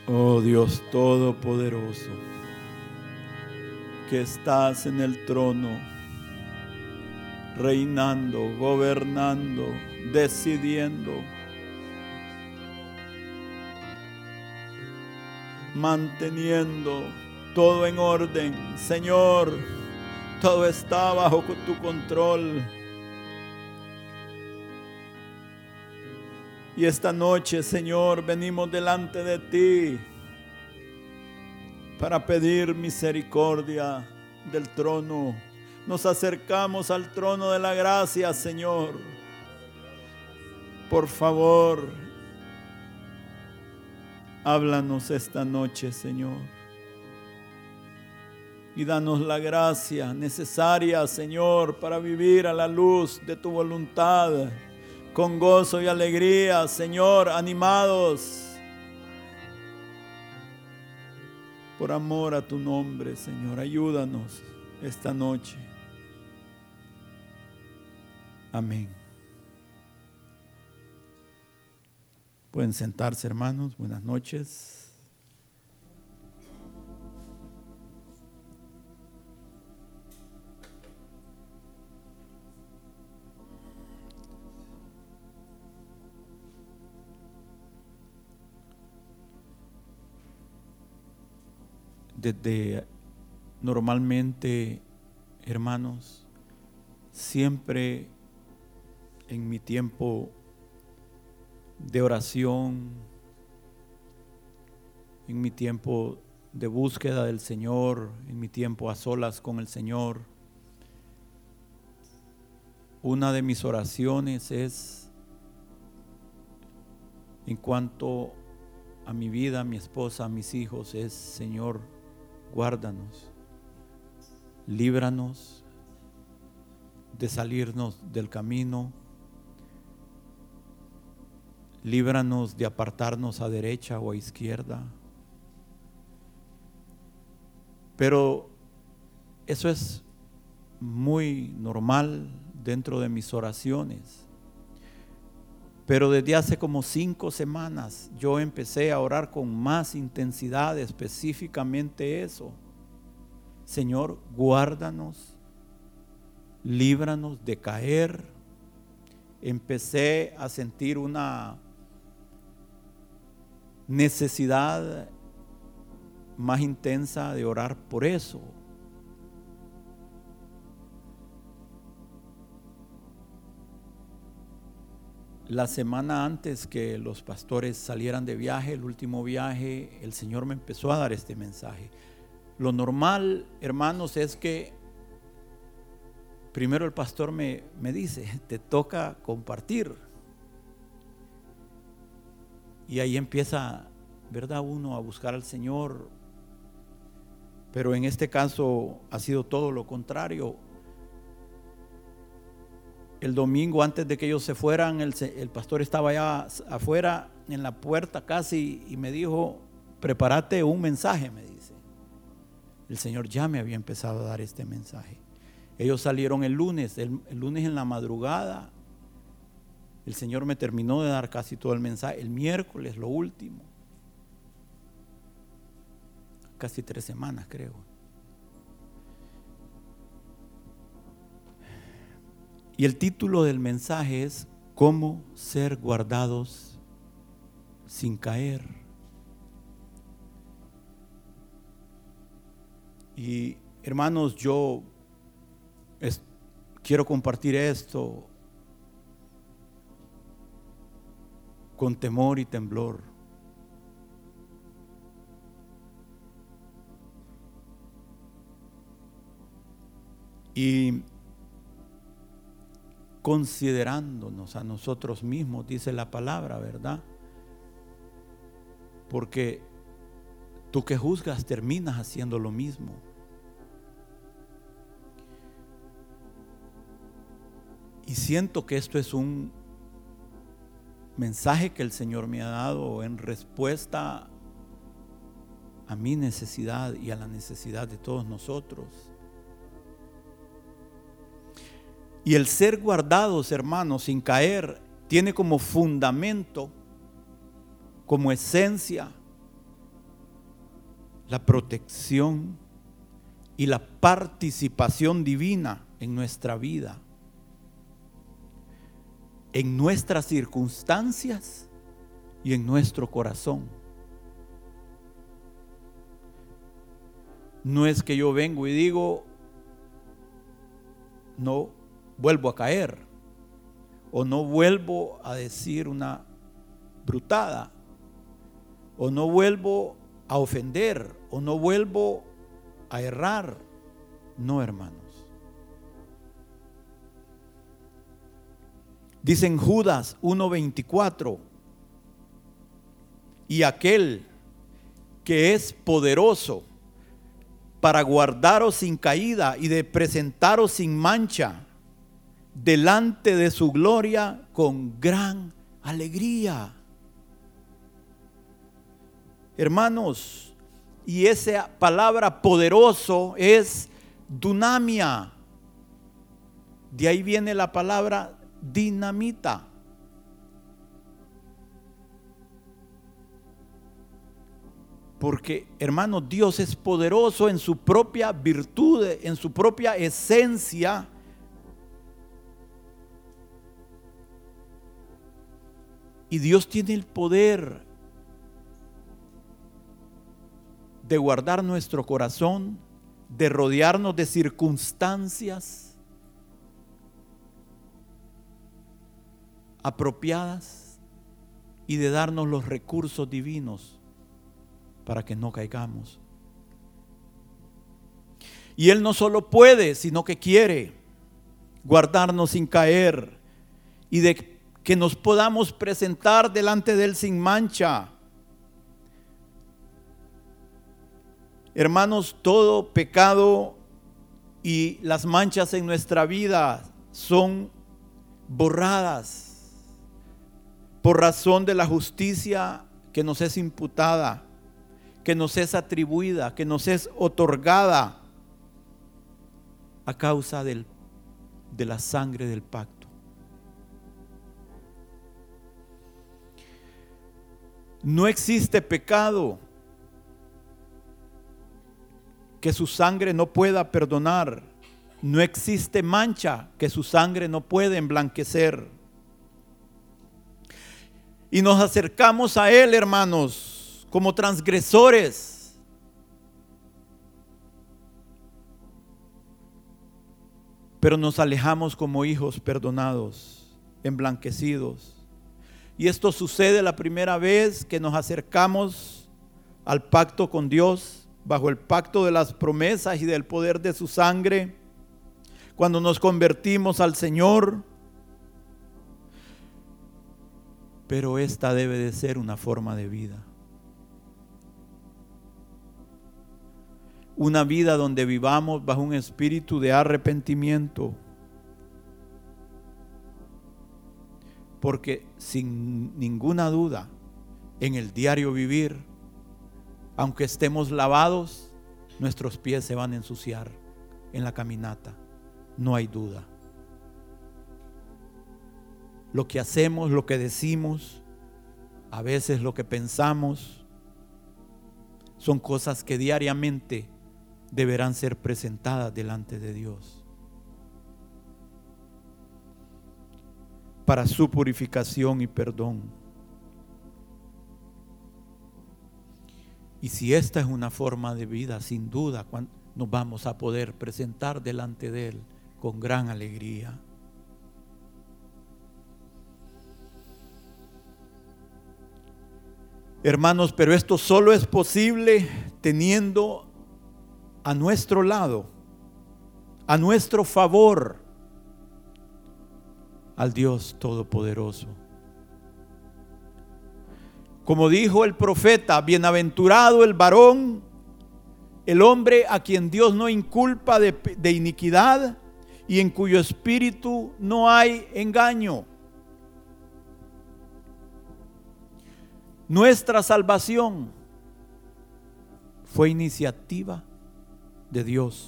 Oh Dios Todopoderoso, que estás en el trono, reinando, gobernando, decidiendo, manteniendo todo en orden. Señor, todo está bajo tu control. Y esta noche, Señor, venimos delante de ti para pedir misericordia del trono. Nos acercamos al trono de la gracia, Señor. Por favor, háblanos esta noche, Señor. Y danos la gracia necesaria, Señor, para vivir a la luz de tu voluntad, con gozo y alegría, Señor, animados por amor a tu nombre, Señor. Ayúdanos esta noche. Amén. Pueden sentarse, hermanos. Buenas noches. Desde normalmente, hermanos, siempre en mi tiempo de oración, en mi tiempo de búsqueda del Señor, en mi tiempo a solas con el Señor, una de mis oraciones es en cuanto a mi vida, a mi esposa, a mis hijos, es: Señor, guárdanos, líbranos de salirnos del camino, líbranos de apartarnos a derecha o a izquierda. Pero eso es muy normal dentro de mis oraciones. Pero desde hace como 5 semanas yo empecé a orar con más intensidad, específicamente eso: Señor, guárdanos, líbranos de caer. Empecé a sentir una necesidad más intensa de orar por eso. La semana antes que los pastores salieran de viaje, el último viaje, el Señor me empezó a dar este mensaje. Lo normal, hermanos, es que primero el pastor me dice: te toca compartir. Y ahí empieza, ¿verdad?, uno a buscar al Señor. Pero en este caso ha sido todo lo contrario. El domingo, antes de que ellos se fueran, el pastor estaba allá afuera en la puerta casi y me dijo: prepárate un mensaje, me dice. El Señor ya me había empezado a dar este mensaje. Ellos salieron el lunes en la madrugada. El Señor me terminó de dar casi todo el mensaje. El miércoles, lo último. Casi 3 semanas, creo. Y el título del mensaje es: ¿cómo ser guardados sin caer? Y hermanos, yo quiero compartir esto con temor y temblor. Y considerándonos a nosotros mismos, dice la palabra, ¿verdad? Porque tú que juzgas terminas haciendo lo mismo. Y siento que esto es un mensaje que el Señor me ha dado en respuesta a mi necesidad y a la necesidad de todos nosotros. Y el ser guardados, hermanos, sin caer, tiene como fundamento, como esencia, la protección y la participación divina en nuestra vida, en nuestras circunstancias y en nuestro corazón. No es que yo vengo y digo, no vuelvo a caer, o no vuelvo a decir una brutada, o no vuelvo a ofender, o no vuelvo a errar. No, hermanos. Dice en Judas 1:24, y aquel que es poderoso para guardaros sin caída y de presentaros sin mancha delante de su gloria con gran alegría. Hermanos, y esa palabra poderoso es dunamia. De ahí viene la palabra dinamita. Porque, hermanos, Dios es poderoso en su propia virtud, en su propia esencia. Y Dios tiene el poder de guardar nuestro corazón, de rodearnos de circunstancias apropiadas y de darnos los recursos divinos para que no caigamos. Y Él no solo puede, sino que quiere guardarnos sin caer y de que nos podamos presentar delante de Él sin mancha. Hermanos, todo pecado y las manchas en nuestra vida son borradas por razón de la justicia que nos es imputada, que nos es atribuida, que nos es otorgada a causa de la sangre del pacto. No existe pecado que su sangre no pueda perdonar. No existe mancha que su sangre no pueda emblanquecer. Y nos acercamos a Él, hermanos, como transgresores, pero nos alejamos como hijos perdonados, emblanquecidos. Y esto sucede la primera vez que nos acercamos al pacto con Dios, bajo el pacto de las promesas y del poder de su sangre, cuando nos convertimos al Señor. Pero esta debe de ser una forma de vida. Una vida donde vivamos bajo un espíritu de arrepentimiento. Porque sin ninguna duda, en el diario vivir, aunque estemos lavados, nuestros pies se van a ensuciar en la caminata. No hay duda. Lo que hacemos, lo que decimos, a veces lo que pensamos, son cosas que diariamente deberán ser presentadas delante de Dios para su purificación y perdón. Y si esta es una forma de vida, sin duda nos vamos a poder presentar delante de Él con gran alegría. Hermanos, pero esto solo es posible teniendo a nuestro lado, a nuestro favor, al Dios Todopoderoso. Como dijo el profeta, bienaventurado el varón, el hombre a quien Dios no inculpa de iniquidad y en cuyo espíritu no hay engaño. Nuestra salvación fue iniciativa de Dios.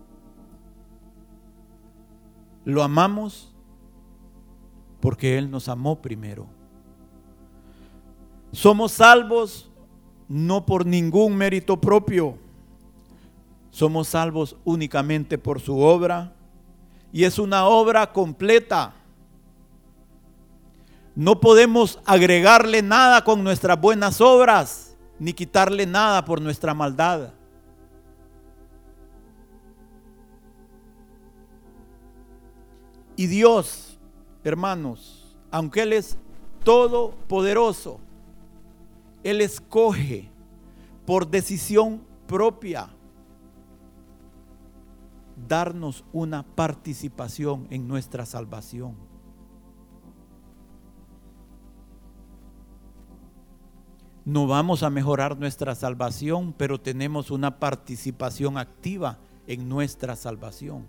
Lo amamos porque Él nos amó primero. Somos salvos no por ningún mérito propio. Somos salvos únicamente por su obra, y es una obra completa. No podemos agregarle nada con nuestras buenas obras, ni quitarle nada por nuestra maldad. Y Dios, hermanos, aunque Él es todopoderoso, Él escoge por decisión propia darnos una participación en nuestra salvación. No vamos a mejorar nuestra salvación, pero tenemos una participación activa en nuestra salvación.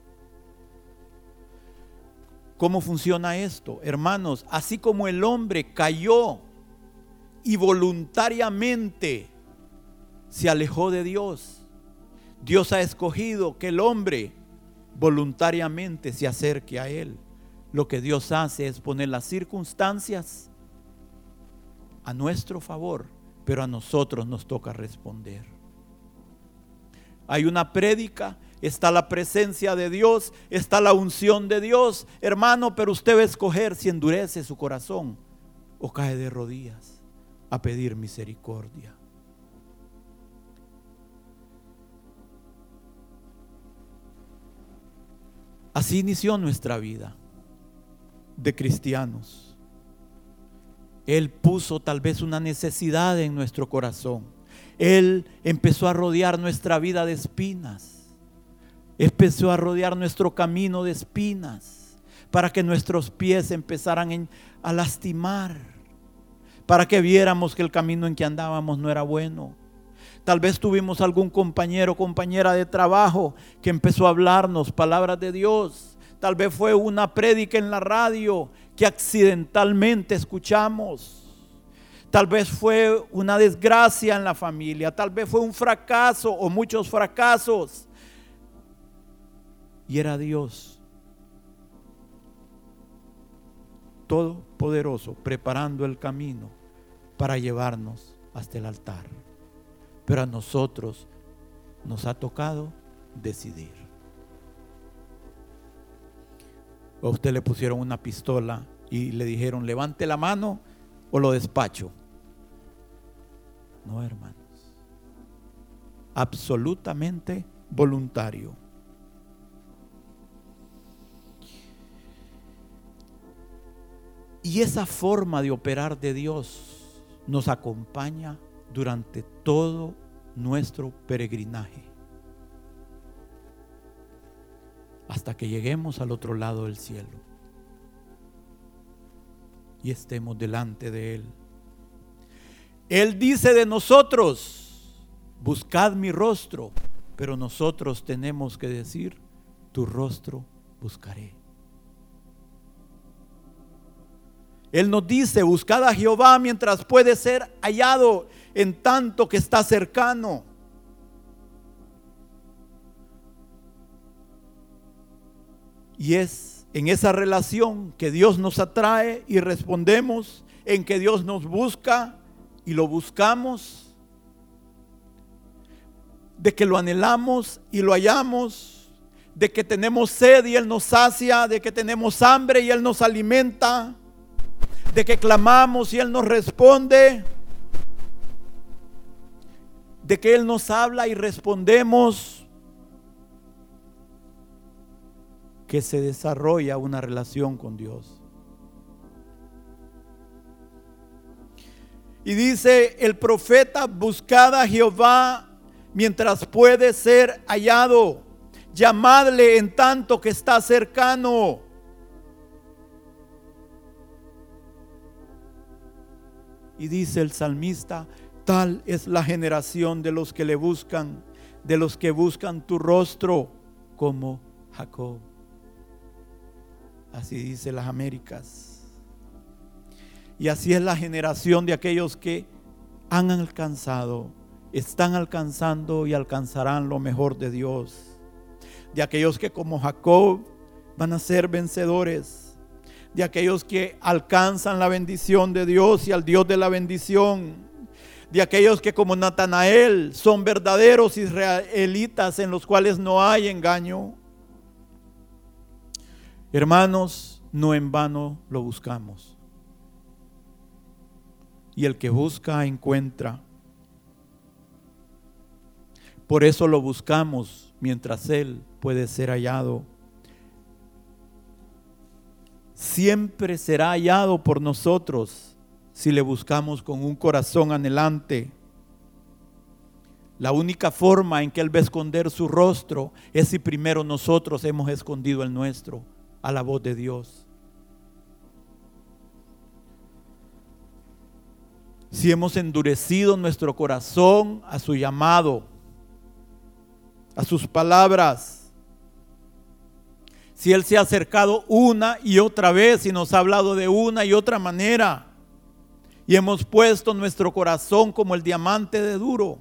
¿Cómo funciona esto? Hermanos, así como el hombre cayó y voluntariamente se alejó de Dios, Dios ha escogido que el hombre voluntariamente se acerque a Él. Lo que Dios hace es poner las circunstancias a nuestro favor, pero a nosotros nos toca responder. Hay una prédica, está la presencia de Dios, está la unción de Dios, hermano, pero usted va a escoger si endurece su corazón o cae de rodillas a pedir misericordia. Así inició nuestra vida de cristianos. Él puso tal vez una necesidad en nuestro corazón. Él empezó a rodear nuestra vida de espinas. Empezó a rodear nuestro camino de espinas para que nuestros pies empezaran a lastimar, para que viéramos que el camino en que andábamos no era bueno. Tal vez tuvimos algún compañero o compañera de trabajo que empezó a hablarnos palabras de Dios. Tal vez fue una prédica en la radio que accidentalmente escuchamos. Tal vez fue una desgracia en la familia. Tal vez fue un fracaso o muchos fracasos. Y era Dios todopoderoso preparando el camino para llevarnos hasta el altar. Pero a nosotros nos ha tocado decidir. O a usted le pusieron una pistola y le dijeron levante la mano o lo despacho. No, hermanos, absolutamente voluntario. Y esa forma de operar de Dios nos acompaña durante todo nuestro peregrinaje, hasta que lleguemos al otro lado del cielo y estemos delante de Él. Él dice de nosotros: buscad mi rostro, pero nosotros tenemos que decir: tu rostro buscaré. Él nos dice: buscad a Jehová mientras puede ser hallado, en tanto que está cercano. Y es en esa relación que Dios nos atrae y respondemos, en que Dios nos busca y lo buscamos, de que lo anhelamos y lo hallamos, de que tenemos sed y Él nos sacia, de que tenemos hambre y Él nos alimenta, de que clamamos y Él nos responde, de que Él nos habla y respondemos, que se desarrolla una relación con Dios. Y dice el profeta: buscad a Jehová mientras puede ser hallado, llamadle en tanto que está cercano. Y dice el salmista: tal es la generación de los que le buscan, de los que buscan tu rostro, como Jacob. Así dice las Américas. Y así es la generación de aquellos que han alcanzado, están alcanzando y alcanzarán lo mejor de Dios. De aquellos que como Jacob van a ser vencedores. De aquellos que alcanzan la bendición de Dios y al Dios de la bendición. de aquellos que como Natanael son verdaderos israelitas en los cuales no hay engaño. Hermanos, no en vano lo buscamos. Y el que busca, encuentra. Por eso lo buscamos mientras Él puede ser hallado. Siempre será hallado por nosotros si le buscamos con un corazón anhelante. La única forma en que Él va a esconder su rostro es si primero nosotros hemos escondido el nuestro a la voz de Dios. Si hemos endurecido nuestro corazón a su llamado, a sus palabras, si Él se ha acercado una y otra vez y nos ha hablado de una y otra manera, y hemos puesto nuestro corazón como el diamante de duro,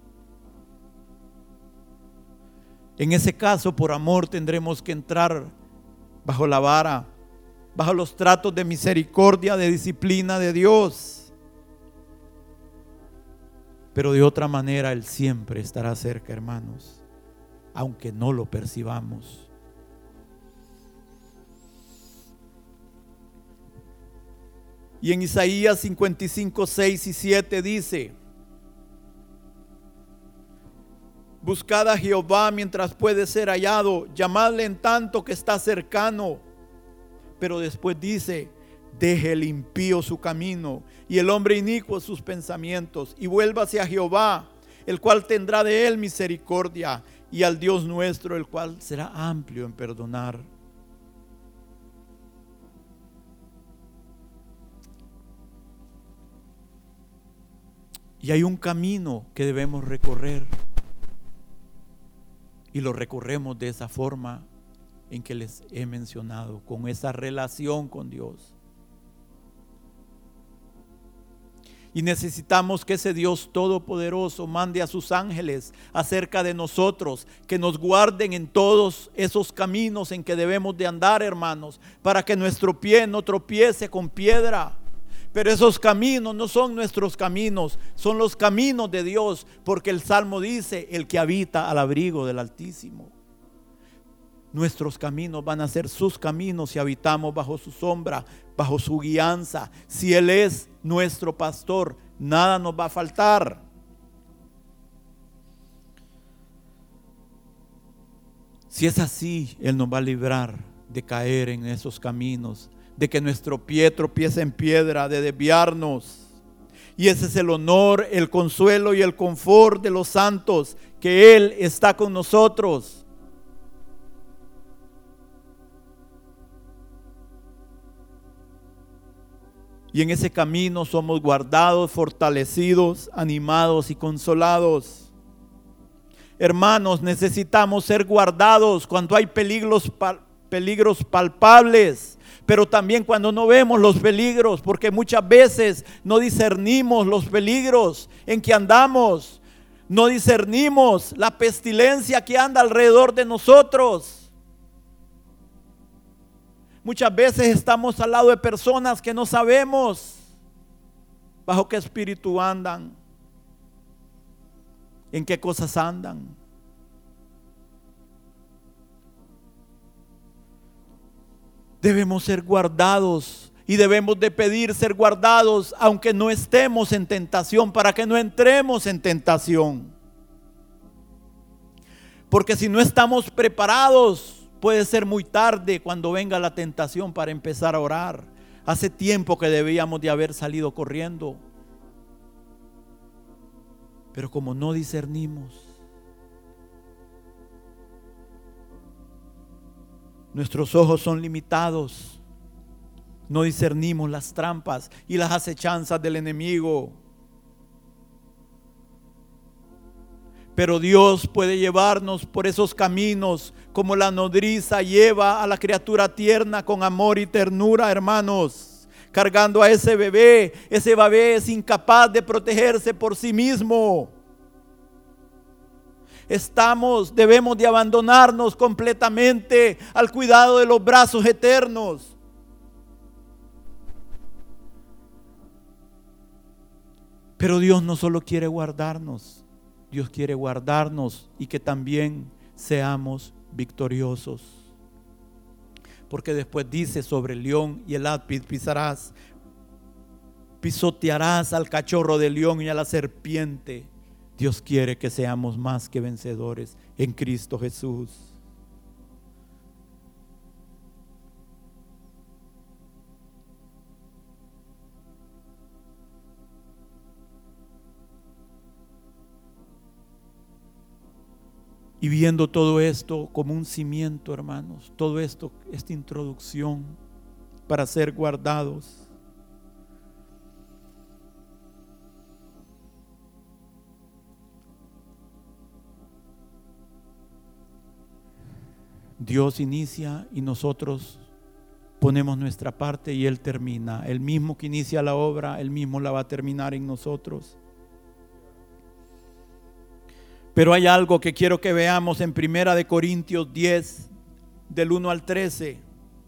en ese caso, por amor, tendremos que entrar bajo la vara, bajo los tratos de misericordia, de disciplina de Dios. Pero de otra manera Él siempre estará cerca, hermanos, aunque no lo percibamos. Y en Isaías 55, 6 y 7 dice: buscad a Jehová mientras puede ser hallado, llamadle en tanto que está cercano. Pero después dice: deje el impío su camino y el hombre inicuo sus pensamientos, y vuélvase a Jehová, el cual tendrá de él misericordia, y al Dios nuestro, el cual será amplio en perdonar. Y hay un camino que debemos recorrer, y lo recorremos de esa forma en que les he mencionado, con esa relación con Dios. Y necesitamos que ese Dios todopoderoso mande a sus ángeles acerca de nosotros, que nos guarden en todos esos caminos en que debemos de andar, hermanos, para que nuestro pie no tropiece con piedra. Pero esos caminos no son nuestros caminos, son los caminos de Dios, porque el Salmo dice: el que habita al abrigo del Altísimo. Nuestros caminos van a ser sus caminos si habitamos bajo su sombra, bajo su guianza. Si Él es nuestro pastor, nada nos va a faltar. Si es así, Él nos va a librar de caer en esos caminos, de que nuestro pie tropiece en piedra, de desviarnos. Y ese es el honor, el consuelo y el confort de los santos, que Él está con nosotros. Y en ese camino somos guardados, fortalecidos, animados y consolados. Hermanos, necesitamos ser guardados cuando hay peligros palpables, pero también cuando no vemos los peligros, porque muchas veces no discernimos los peligros en que andamos, no discernimos la pestilencia que anda alrededor de nosotros. Muchas veces estamos al lado de personas que no sabemos bajo qué espíritu andan, en qué cosas andan. Debemos ser guardados y debemos de pedir ser guardados aunque no estemos en tentación, para que no entremos en tentación. Porque si no estamos preparados, puede ser muy tarde cuando venga la tentación para empezar a orar. Hace tiempo que debíamos de haber salido corriendo, pero como no discernimos, nuestros ojos son limitados, no discernimos las trampas y las acechanzas del enemigo. Pero Dios puede llevarnos por esos caminos como la nodriza lleva a la criatura tierna con amor y ternura, hermanos, cargando a ese bebé. Ese bebé es incapaz de protegerse por sí mismo. Debemos de abandonarnos completamente al cuidado de los brazos eternos. Pero Dios no solo quiere guardarnos, Dios quiere guardarnos y que también seamos victoriosos. Porque después dice: sobre el león y el áspid pisarás, pisotearás al cachorro del león y a la serpiente. Dios quiere que seamos más que vencedores en Cristo Jesús. Y viendo todo esto como un cimiento, hermanos, todo esto, esta introducción para ser guardados. Dios inicia y nosotros ponemos nuestra parte y Él termina. El mismo que inicia la obra, Él mismo la va a terminar en nosotros. Pero hay algo que quiero que veamos en 1 Corintios 10, del 1 al 13.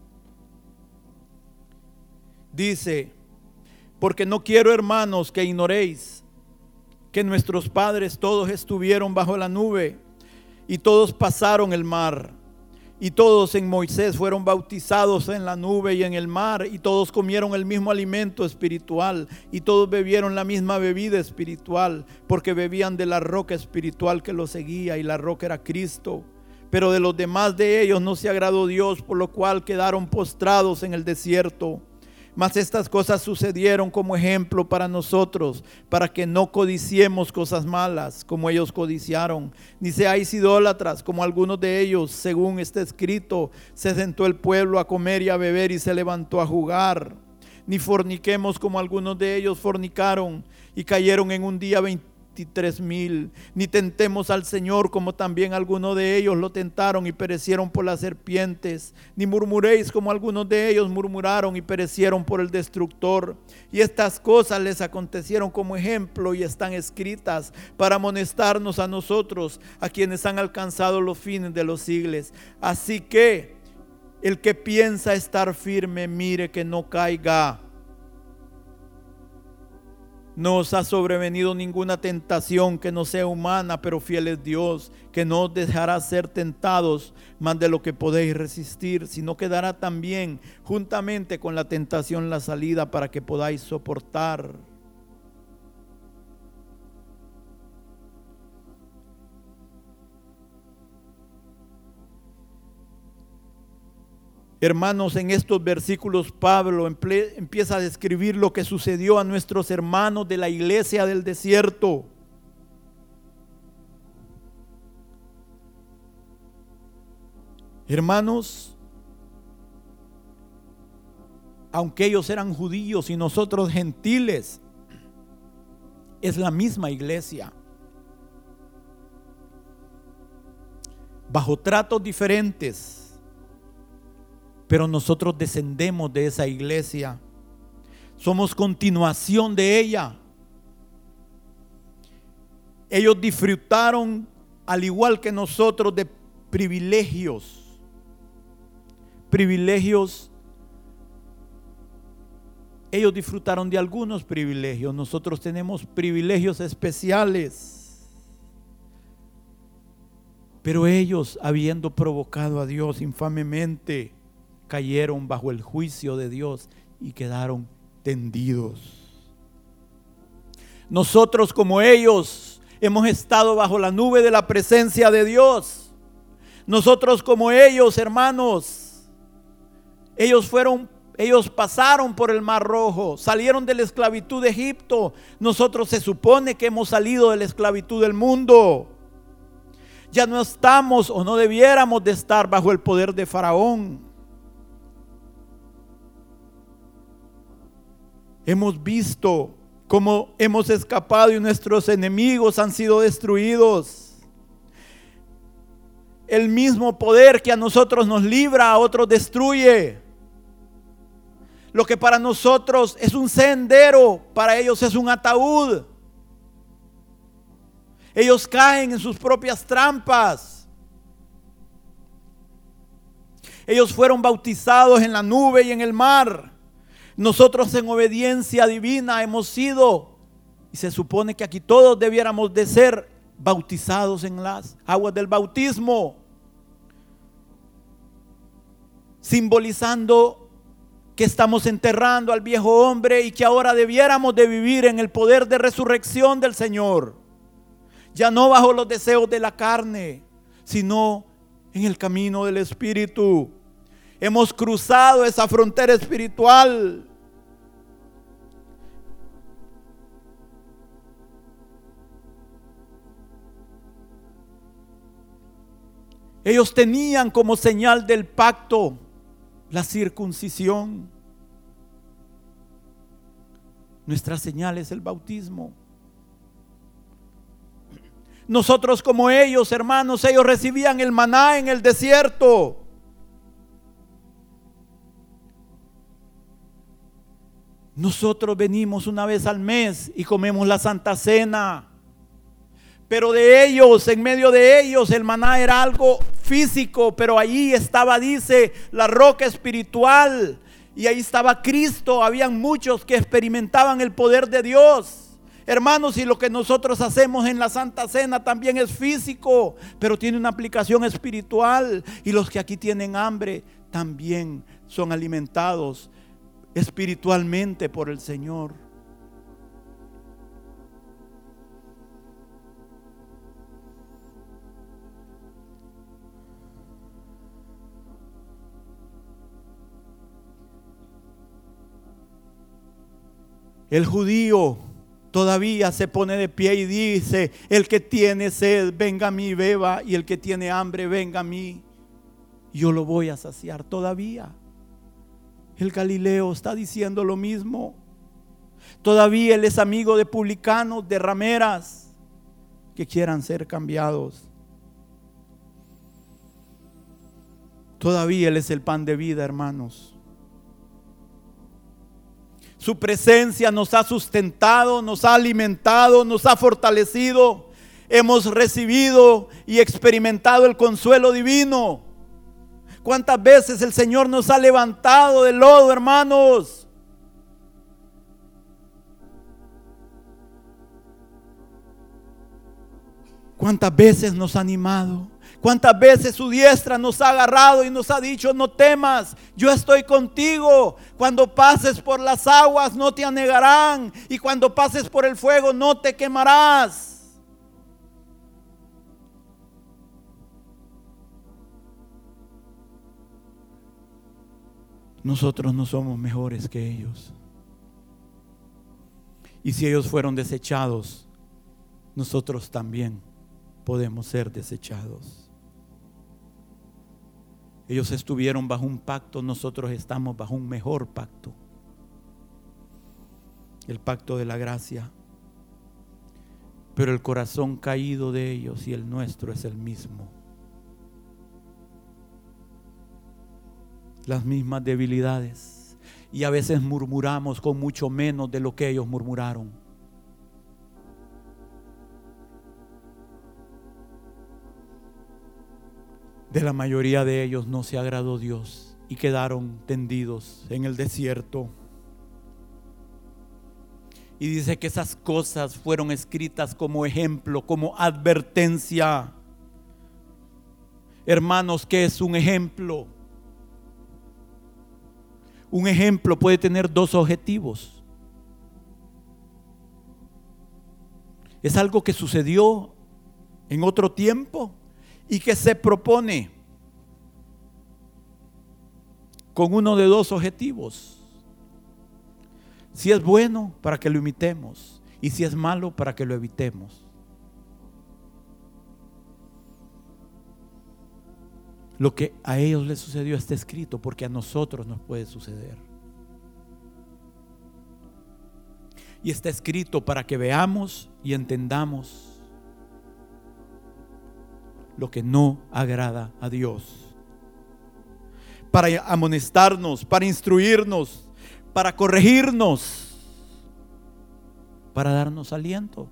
Dice: porque no quiero, hermanos, que ignoréis que nuestros padres todos estuvieron bajo la nube y todos pasaron el mar. Y todos en Moisés fueron bautizados en la nube y en el mar, y todos comieron el mismo alimento espiritual, y todos bebieron la misma bebida espiritual, porque bebían de la roca espiritual que los seguía, y la roca era Cristo. Pero de los demás de ellos no se agradó Dios, por lo cual quedaron postrados en el desierto. Mas estas cosas sucedieron como ejemplo para nosotros, para que no codiciemos cosas malas como ellos codiciaron, ni seáis idólatras como algunos de ellos. Según está escrito: se sentó el pueblo a comer y a beber y se levantó a jugar. Ni forniquemos como algunos de ellos fornicaron y cayeron en un día 23,000. Ni tentemos al Señor como también algunos de ellos lo tentaron y perecieron por las serpientes. Ni murmuréis como algunos de ellos murmuraron y perecieron por el destructor. Y estas cosas les acontecieron como ejemplo y están escritas para amonestarnos a nosotros, a quienes han alcanzado los fines de los siglos. Así que el que piensa estar firme, mire que no caiga. No os ha sobrevenido ninguna tentación que no sea humana, pero fiel es Dios, que no os dejará ser tentados más de lo que podéis resistir, sino que dará también juntamente con la tentación la salida para que podáis soportar. Hermanos, en estos versículos Pablo empieza a describir lo que sucedió a nuestros hermanos de la iglesia del desierto. Hermanos, aunque ellos eran judíos y nosotros gentiles, es la misma iglesia, bajo tratos diferentes. Pero nosotros descendemos de esa iglesia. Somos continuación de ella. Ellos disfrutaron, al igual que nosotros, de privilegios. Privilegios. Ellos disfrutaron de algunos privilegios. Nosotros tenemos privilegios especiales. Pero ellos, habiendo provocado a Dios infamemente, cayeron bajo el juicio de Dios y quedaron tendidos. Nosotros, como ellos, hemos estado bajo la nube de la presencia de Dios. Nosotros, como ellos, hermanos, ellos pasaron por el Mar Rojo, salieron de la esclavitud de Egipto. Nosotros se supone que hemos salido de la esclavitud del mundo. Ya no estamos, o no debiéramos de estar, bajo el poder de Faraón. Hemos visto cómo hemos escapado y nuestros enemigos han sido destruidos. El mismo poder que a nosotros nos libra, a otros destruye. Lo que para nosotros es un sendero, para ellos es un ataúd. Ellos caen en sus propias trampas. Ellos fueron bautizados en la nube y en el mar. Nosotros, en obediencia divina, hemos sido Y se supone que aquí todos debiéramos de ser bautizados en las aguas del bautismo, simbolizando que estamos enterrando al viejo hombre y que ahora debiéramos de vivir en el poder de resurrección del Señor, ya no bajo los deseos de la carne, sino en el camino del Espíritu. Hemos cruzado esa frontera espiritual. Ellos tenían como señal del pacto la circuncisión. Nuestra señal es el bautismo. Nosotros como ellos, hermanos, ellos recibían el maná en el desierto. Nosotros venimos una vez al mes y comemos la Santa Cena. Pero de ellos, en medio de ellos, el maná era algo físico, pero allí estaba, dice, la roca espiritual, y ahí estaba Cristo. Habían muchos que experimentaban el poder de Dios. Hermanos, y lo que nosotros hacemos en la Santa Cena también es físico, pero tiene una aplicación espiritual. Y los que aquí tienen hambre también son alimentados espiritualmente por el Señor. El judío todavía se pone de pie y dice: el que tiene sed, venga a mí y beba, y el que tiene hambre, venga a mí, yo lo voy a saciar. Todavía el Galileo está diciendo lo mismo. Todavía él es amigo de publicanos, de rameras que quieran ser cambiados. Todavía él es el pan de vida, hermanos. Su presencia nos ha sustentado, nos ha alimentado, nos ha fortalecido. Hemos recibido y experimentado el consuelo divino. ¿Cuántas veces el Señor nos ha levantado del lodo, hermanos? ¿Cuántas veces nos ha animado? ¿Cuántas veces su diestra nos ha agarrado y nos ha dicho: no temas, yo estoy contigo? Cuando pases por las aguas no te anegarán, y cuando pases por el fuego no te quemarás. Nosotros no somos mejores que ellos. Y si ellos fueron desechados, nosotros también podemos ser desechados. Ellos estuvieron bajo un pacto, nosotros estamos bajo un mejor pacto. El pacto de la gracia. Pero el corazón caído de ellos y el nuestro es el mismo. Las mismas debilidades. Y a veces murmuramos con mucho menos de lo que ellos murmuraron. De la mayoría de ellos no se agradó Dios y quedaron tendidos en el desierto. Y dice que esas cosas fueron escritas como ejemplo, como advertencia. Hermanos, ¿qué es un ejemplo? Un ejemplo puede tener dos objetivos. Es algo que sucedió en otro tiempo y que se propone con uno de dos objetivos. Si es bueno, para que lo imitemos, y si es malo, para que lo evitemos. Lo que a ellos les sucedió está escrito, porque a nosotros nos puede suceder. Y está escrito para que veamos y entendamos lo que no agrada a Dios, para amonestarnos, para instruirnos, para corregirnos, para darnos aliento,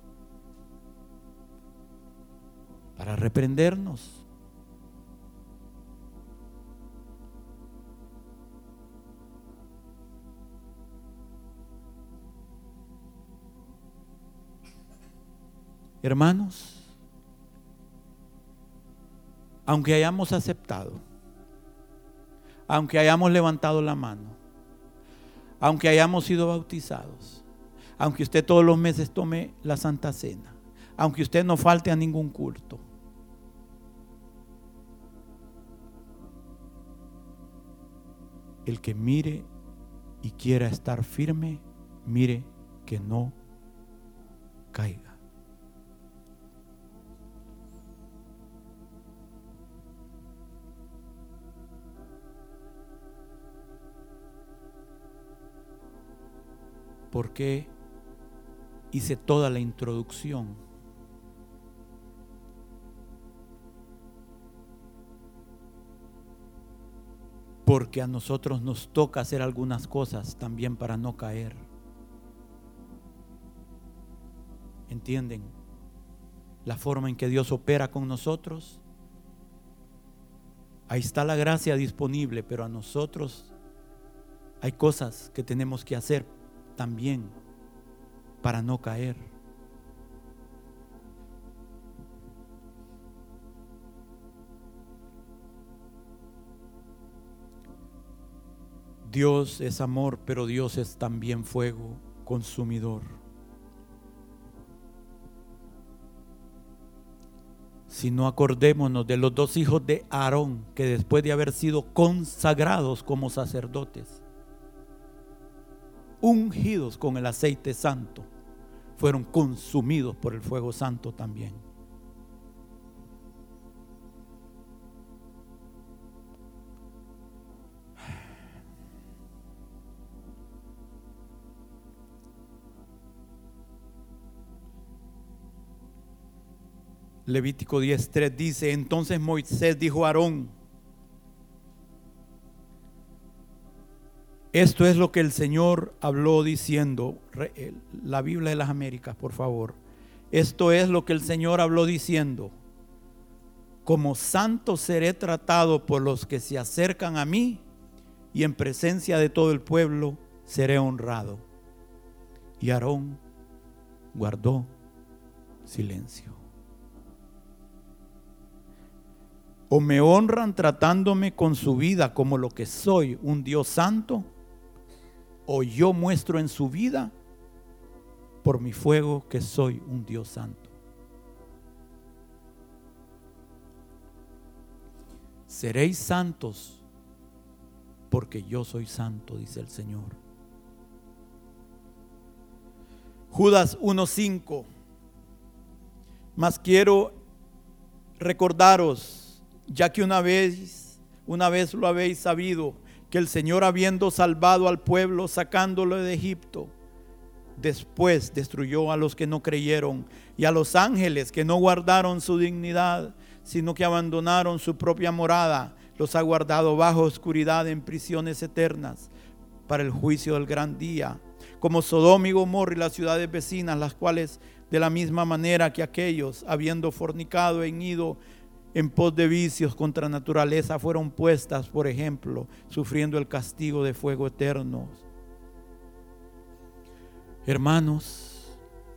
para reprendernos. Hermanos, aunque hayamos aceptado, aunque hayamos levantado la mano, aunque hayamos sido bautizados, aunque usted todos los meses tome la Santa Cena, aunque usted no falte a ningún culto, el que mire y quiera estar firme, mire que no caiga. ¿Por qué hice toda la introducción? Porque a nosotros nos toca hacer algunas cosas también para no caer. ¿Entienden la forma en que Dios opera con nosotros? Ahí está la gracia disponible, pero a nosotros hay cosas que tenemos que hacer también para no caer. Dios es amor, pero Dios es también fuego consumidor. Si no, acordémonos de los dos hijos de Aarón, que después de haber sido consagrados como sacerdotes, ungidos con el aceite santo, fueron consumidos por el fuego santo también. Levítico 10:3 dice: entonces Moisés dijo a Aarón: esto es lo que el Señor habló diciendo. La Biblia de las Américas, por favor. Esto es lo que el Señor habló diciendo: como santo seré tratado por los que se acercan a mí, y en presencia de todo el pueblo seré honrado. Y Aarón guardó silencio. O me honran tratándome con su vida como lo que soy, un Dios santo, o yo muestro en su vida por mi fuego que soy un Dios santo. Seréis santos porque yo soy santo, dice el Señor. Judas 1:5. Mas quiero recordaros, ya que una vez lo habéis sabido, que el Señor, habiendo salvado al pueblo, sacándolo de Egipto, después destruyó a los que no creyeron y a los ángeles que no guardaron su dignidad, sino que abandonaron su propia morada, los ha guardado bajo oscuridad en prisiones eternas para el juicio del gran día, como Sodoma y Gomorra y las ciudades vecinas, las cuales de la misma manera que aquellos, habiendo fornicado e ido en pos de vicios contra naturaleza, fueron puestas, por ejemplo, sufriendo el castigo de fuego eterno. Hermanos,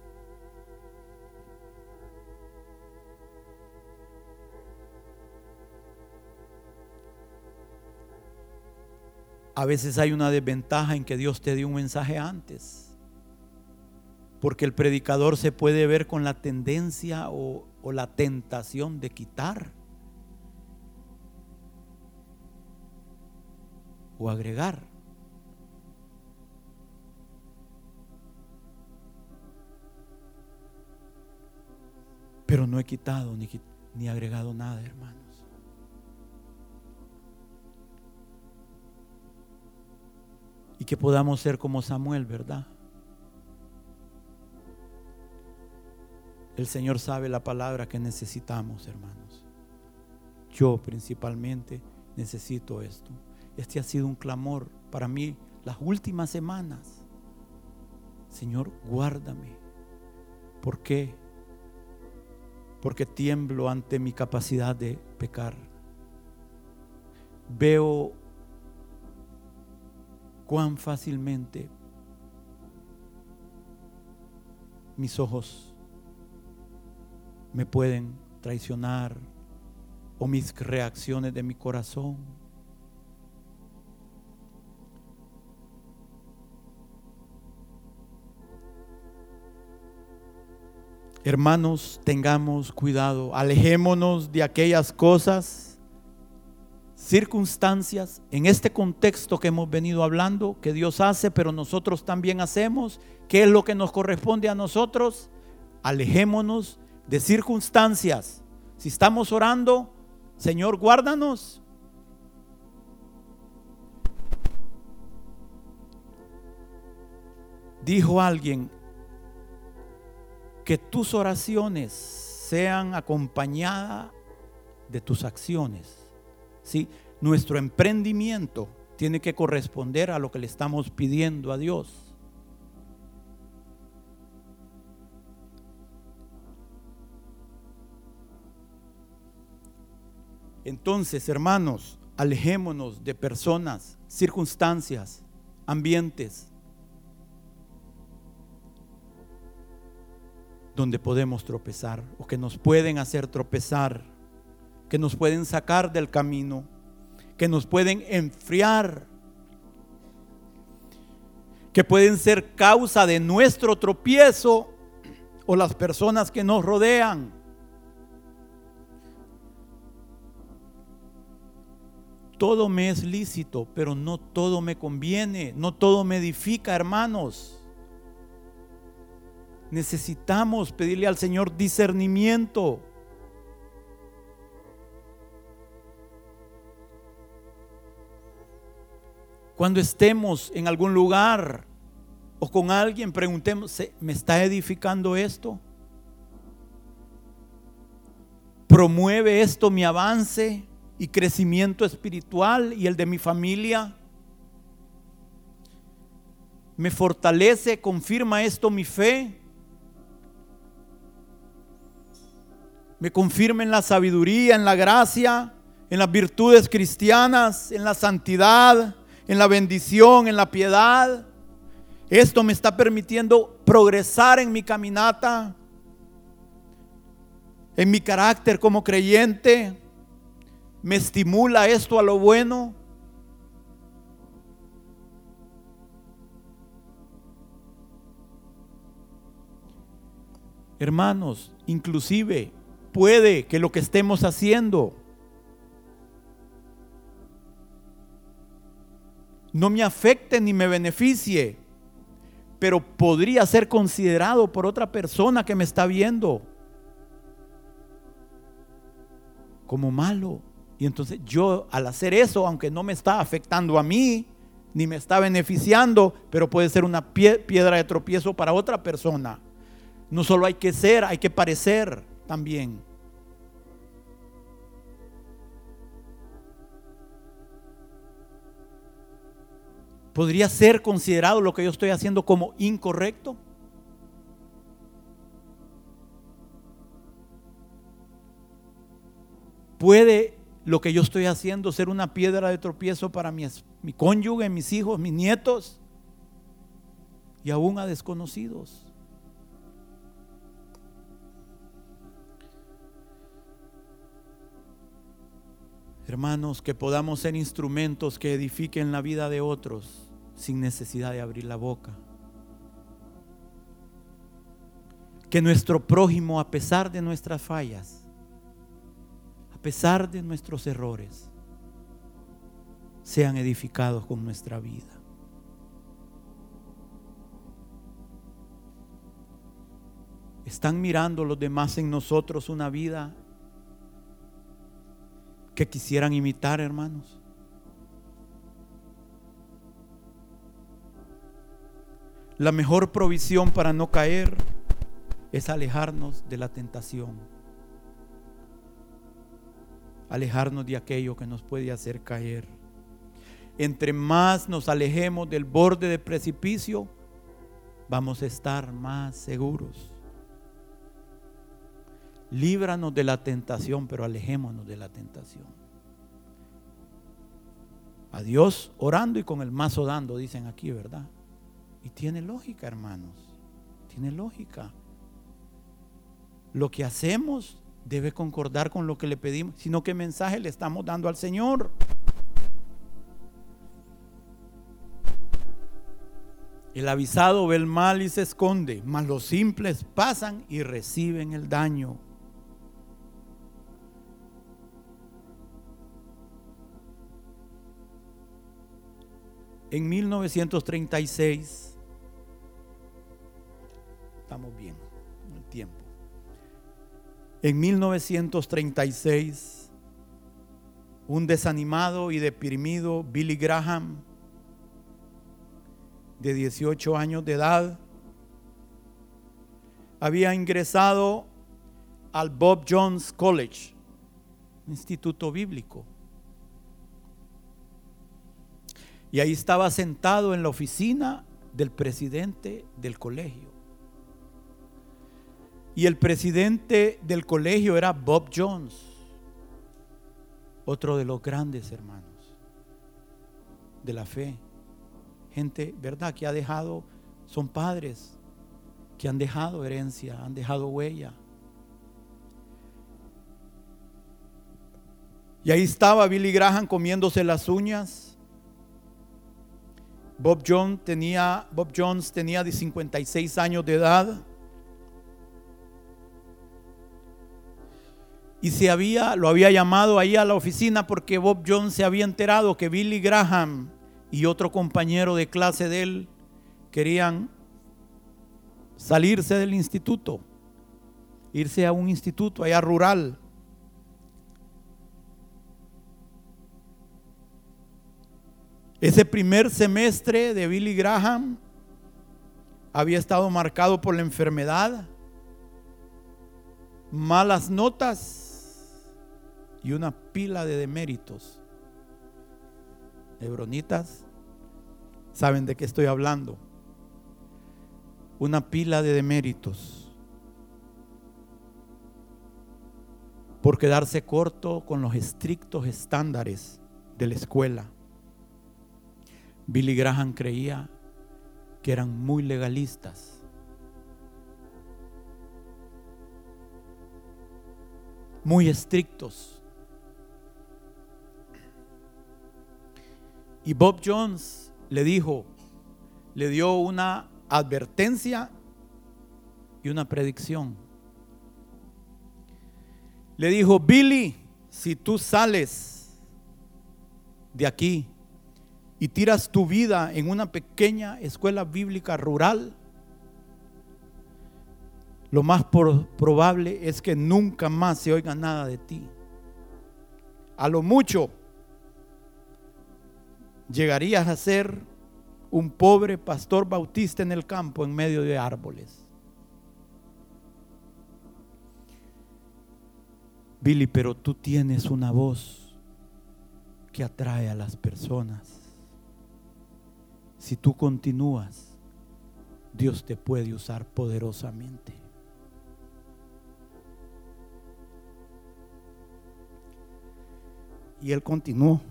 a veces hay una desventaja en que Dios te dio un mensaje antes, porque el predicador se puede ver con la tendencia o la tentación de quitar o agregar. Pero no he quitado ni agregado nada, hermanos. Y que podamos ser como Samuel, ¿verdad? El Señor sabe la palabra que necesitamos, hermanos. Yo principalmente necesito esto. Este ha sido un clamor para mí las últimas semanas. Señor, guárdame. ¿Por qué? Porque tiemblo ante mi capacidad de pecar. Veo cuán fácilmente mis ojos me pueden traicionar o mis reacciones de mi corazón. Hermanos, tengamos cuidado, alejémonos de aquellas cosas, circunstancias, en este contexto que hemos venido hablando, que Dios hace, pero nosotros también hacemos. ¿Qué es lo que nos corresponde a nosotros? Alejémonos de circunstancias. Si estamos orando, Señor, guárdanos. Dijo alguien, que tus oraciones sean acompañadas de tus acciones. ¿Sí? Nuestro emprendimiento tiene que corresponder a lo que le estamos pidiendo a Dios. Entonces, hermanos, alejémonos de personas, circunstancias, ambientes donde podemos tropezar o que nos pueden hacer tropezar, que nos pueden sacar del camino, que nos pueden enfriar, que pueden ser causa de nuestro tropiezo o las personas que nos rodean. Todo me es lícito, pero no todo me conviene, no todo me edifica, hermanos. Necesitamos pedirle al Señor discernimiento. Cuando estemos en algún lugar o con alguien, preguntemos, ¿me está edificando esto? ¿Promueve esto mi avance y crecimiento espiritual y el de mi familia? ¿Me fortalece, confirma esto mi fe? ¿Me confirma en la sabiduría, en la gracia, en las virtudes cristianas, en la santidad, en la bendición, en la piedad? ¿Esto me está permitiendo progresar en mi caminata, en mi carácter como creyente? ¿Me estimula esto a lo bueno? Hermanos, inclusive puede que lo que estemos haciendo no me afecte ni me beneficie, pero podría ser considerado por otra persona que me está viendo como malo. Y entonces yo, al hacer eso, aunque no me está afectando a mí ni me está beneficiando, pero puede ser una piedra de tropiezo para otra persona. No solo hay que ser, hay que parecer también. ¿Podría ser considerado lo que yo estoy haciendo como incorrecto? ¿Puede lo que yo estoy haciendo ser una piedra de tropiezo para mi cónyuge, mis hijos, mis nietos y aún a desconocidos? Hermanos, que podamos ser instrumentos que edifiquen la vida de otros sin necesidad de abrir la boca. Que nuestro prójimo, a pesar de nuestras fallas, a pesar de nuestros errores, sean edificados con nuestra vida. ¿Están mirando los demás en nosotros una vida que quisieran imitar, hermanos? La mejor provisión para no caer es alejarnos de la tentación, alejarnos de aquello que nos puede hacer caer. Entre más nos alejemos del borde del precipicio, vamos a estar más seguros. Líbranos de la tentación, pero alejémonos de la tentación. A Dios orando y con el mazo dando, dicen aquí, ¿verdad? Y tiene lógica, hermanos, tiene lógica. lo que hacemos debe concordar con lo que le pedimos, sino qué mensaje le estamos dando al Señor. El avisado ve el mal y se esconde, mas los simples pasan y reciben el daño. En 1936, estamos bien en el tiempo. En 1936, un desanimado y deprimido Billy Graham, de 18 años de edad, había ingresado al Bob Jones College, instituto bíblico. Y ahí estaba sentado en la oficina del presidente del colegio. Y el presidente del colegio era Bob Jones, otro de los grandes hermanos de la fe. Gente, ¿verdad?, que ha dejado, son padres que han dejado herencia, han dejado huella. Y ahí estaba Billy Graham comiéndose las uñas. Bob Jones tenía de 56 años de edad. Y lo había llamado ahí a la oficina porque Bob Jones se había enterado que Billy Graham y otro compañero de clase de él querían salirse del instituto, irse a un instituto allá rural. Ese primer semestre de Billy Graham había estado marcado por la enfermedad, malas notas y una pila de deméritos. Hebronitas, ¿saben de qué estoy hablando? Una pila de deméritos por quedarse corto con los estrictos estándares de la escuela. Billy Graham creía que eran muy legalistas. Muy estrictos. Y Bob Jones le dio una advertencia y una predicción. Le dijo: Billy, si tú sales de aquí y tiras tu vida en una pequeña escuela bíblica rural, lo más probable es que nunca más se oiga nada de ti. A lo mucho llegarías a ser un pobre pastor bautista en el campo en medio de árboles. Billy, pero tú tienes una voz que atrae a las personas. Si tú continúas, Dios te puede usar poderosamente. Y él continuó.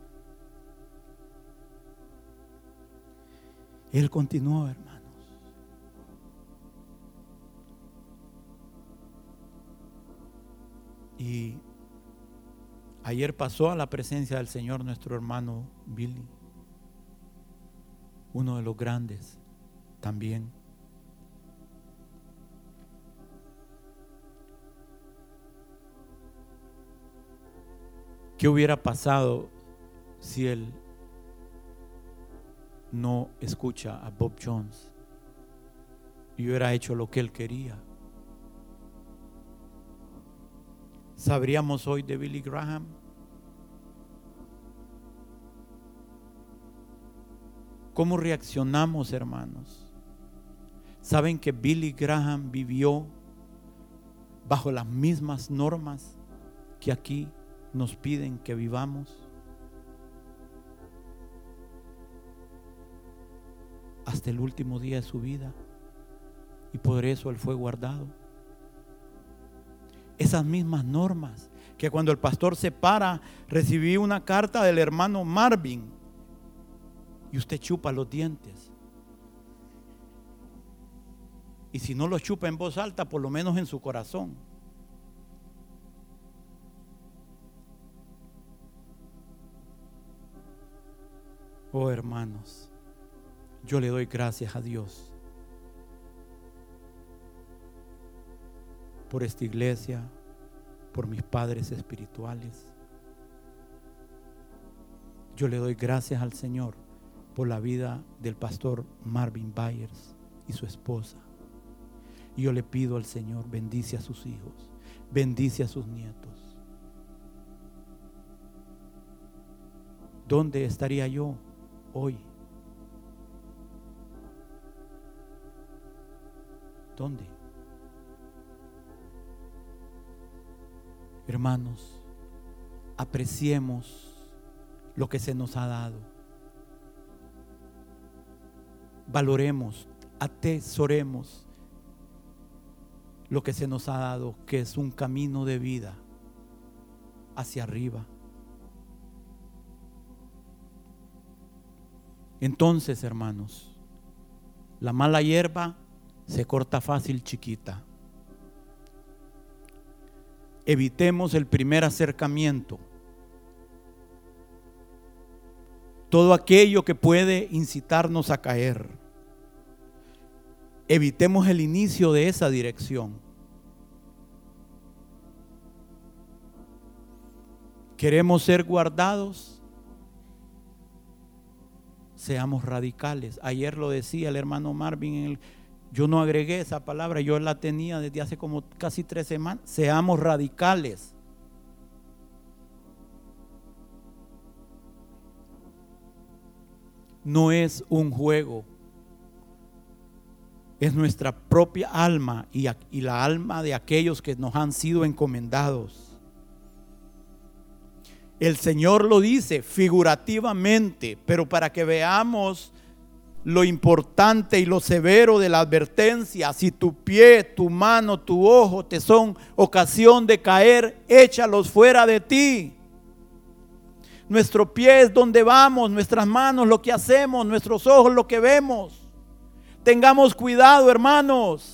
Él continuó, hermanos. Y ayer pasó a la presencia del Señor nuestro hermano Billy, uno de los grandes también. ¿Qué hubiera pasado si él no escucha a Bob Jones y hubiera hecho lo que él quería? ¿Sabríamos hoy de Billy Graham? ¿Cómo reaccionamos, hermanos? ¿Saben que Billy Graham vivió bajo las mismas normas que aquí nos piden que vivamos? Hasta el último día de su vida, y por eso él fue guardado. Esas mismas normas que cuando el pastor se para, recibí una carta del hermano Marvin y usted chupa los dientes. Y si no lo chupa en voz alta, por lo menos en su corazón. Oh hermanos, yo le doy gracias a Dios por esta iglesia, por mis padres espirituales. Yo le doy gracias al Señor por la vida del pastor Marvin Byers y su esposa. Y yo le pido al Señor, bendice a sus hijos, bendice a sus nietos. ¿Dónde estaría yo hoy? ¿Dónde? Hermanos, apreciemos lo que se nos ha dado. Valoremos, atesoremos lo que se nos ha dado, que es un camino de vida hacia arriba. Entonces, hermanos, la mala hierba se corta fácil, chiquita. Evitemos el primer acercamiento. Todo aquello que puede incitarnos a caer. Evitemos el inicio de esa dirección. ¿Queremos ser guardados? Seamos radicales. Ayer lo decía el hermano Marvin, yo no agregué esa palabra, yo la tenía desde hace como casi 3 semanas. Seamos radicales. No es un juego, es nuestra propia alma y la alma de aquellos que nos han sido encomendados. El Señor lo dice figurativamente, pero para que veamos lo importante y lo severo de la advertencia: si tu pie, tu mano, tu ojo te son ocasión de caer, échalos fuera de ti. Nuestro pie es donde vamos, nuestras manos lo que hacemos, nuestros ojos lo que vemos. Tengamos cuidado, hermanos.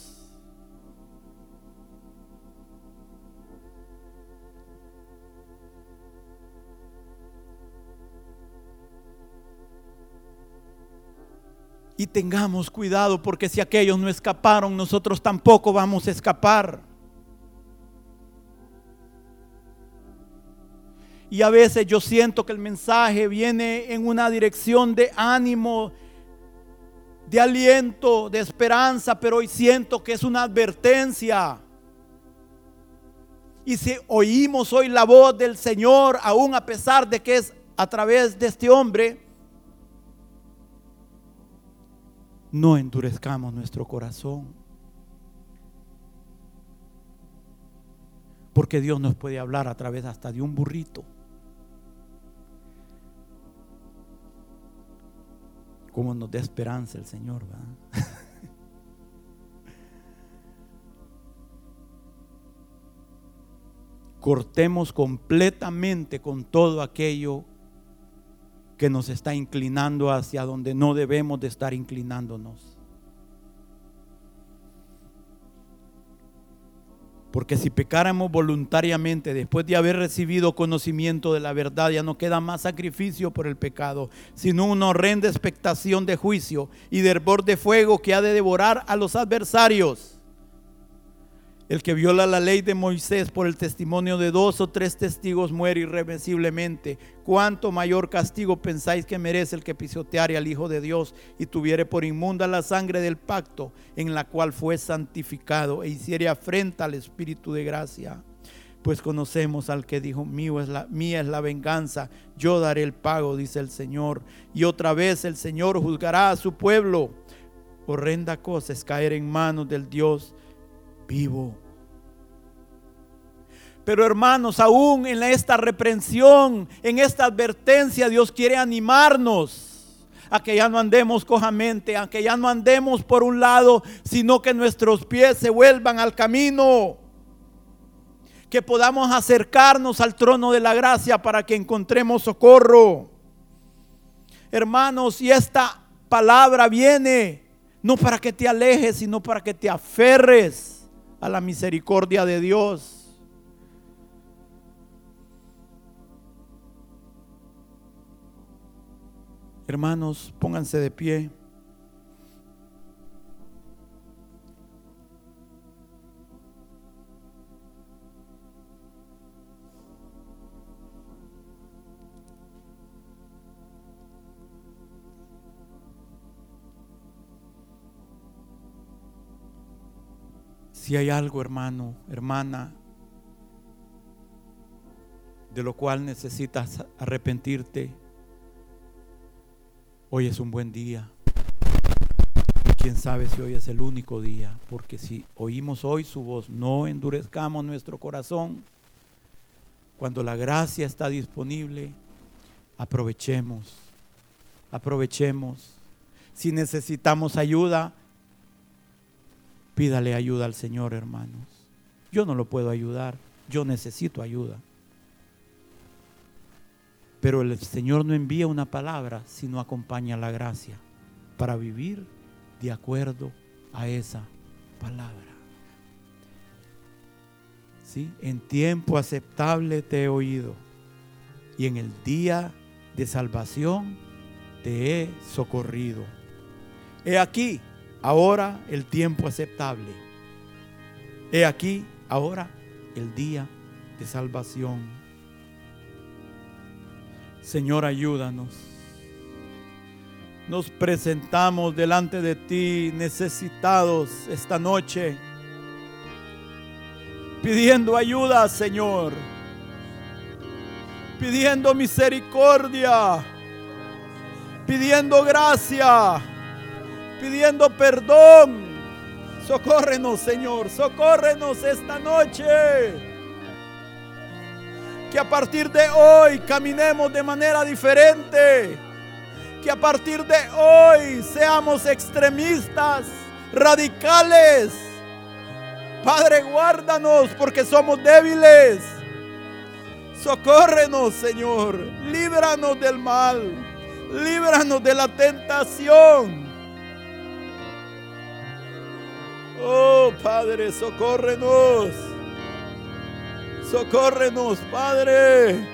Y tengamos cuidado, porque si aquellos no escaparon, nosotros tampoco vamos a escapar. Y a veces yo siento que el mensaje viene en una dirección de ánimo, de aliento, de esperanza, pero hoy siento que es una advertencia. Y si oímos hoy la voz del Señor, aún a pesar de que es a través de este hombre, no endurezcamos nuestro corazón, porque Dios nos puede hablar a través hasta de un burrito. Como nos da esperanza el Señor, ¿verdad? Cortemos completamente con todo aquello que nos está inclinando hacia donde no debemos de estar inclinándonos. Porque si pecáramos voluntariamente después de haber recibido conocimiento de la verdad, ya no queda más sacrificio por el pecado, sino una horrenda expectación de juicio y de hervor de fuego que ha de devorar a los adversarios. El que viola la ley de Moisés por el testimonio de 2 o 3 testigos muere irremisiblemente. ¿Cuánto mayor castigo pensáis que merece el que pisoteare al Hijo de Dios y tuviere por inmunda la sangre del pacto en la cual fue santificado e hiciere afrenta al Espíritu de gracia? Pues conocemos al que dijo: mía es la venganza, yo daré el pago, dice el Señor. Y otra vez el Señor juzgará a su pueblo. Horrenda cosa es caer en manos del Dios vivo. Pero hermanos, aún en esta reprensión, en esta advertencia, Dios quiere animarnos a que ya no andemos cojamente, a que ya no andemos por un lado, sino que nuestros pies se vuelvan al camino, que podamos acercarnos al trono de la gracia para que encontremos socorro. Hermanos, y esta palabra viene No para que te alejes, sino para que te aferres a la misericordia de Dios. Hermanos, pónganse de pie. Si hay algo, hermano, hermana, de lo cual necesitas arrepentirte, hoy es un buen día. Quién sabe si hoy es el único día, porque si oímos hoy su voz, no endurezcamos nuestro corazón. Cuando la gracia está disponible, aprovechemos. Si necesitamos ayuda, pídale ayuda al Señor, hermanos. Yo no lo puedo ayudar, yo necesito ayuda. Pero el Señor no envía una palabra, sino acompaña la gracia para vivir de acuerdo a esa palabra. ¿Sí? En tiempo aceptable te he oído, y en el día de salvación te he socorrido. He aquí ahora el tiempo aceptable. He aquí ahora el día de salvación. Señor, ayúdanos. Nos presentamos delante de ti necesitados esta noche, pidiendo ayuda, Señor, pidiendo misericordia, pidiendo gracia, pidiendo perdón. Socórrenos, Señor, socórrenos esta noche. Que a partir de hoy caminemos de manera diferente. Que a partir de hoy seamos extremistas, radicales. Padre, guárdanos porque somos débiles. Socórrenos, Señor. Líbranos del mal. Líbranos de la tentación. Oh, Padre, socórrenos. Socórrenos, Padre.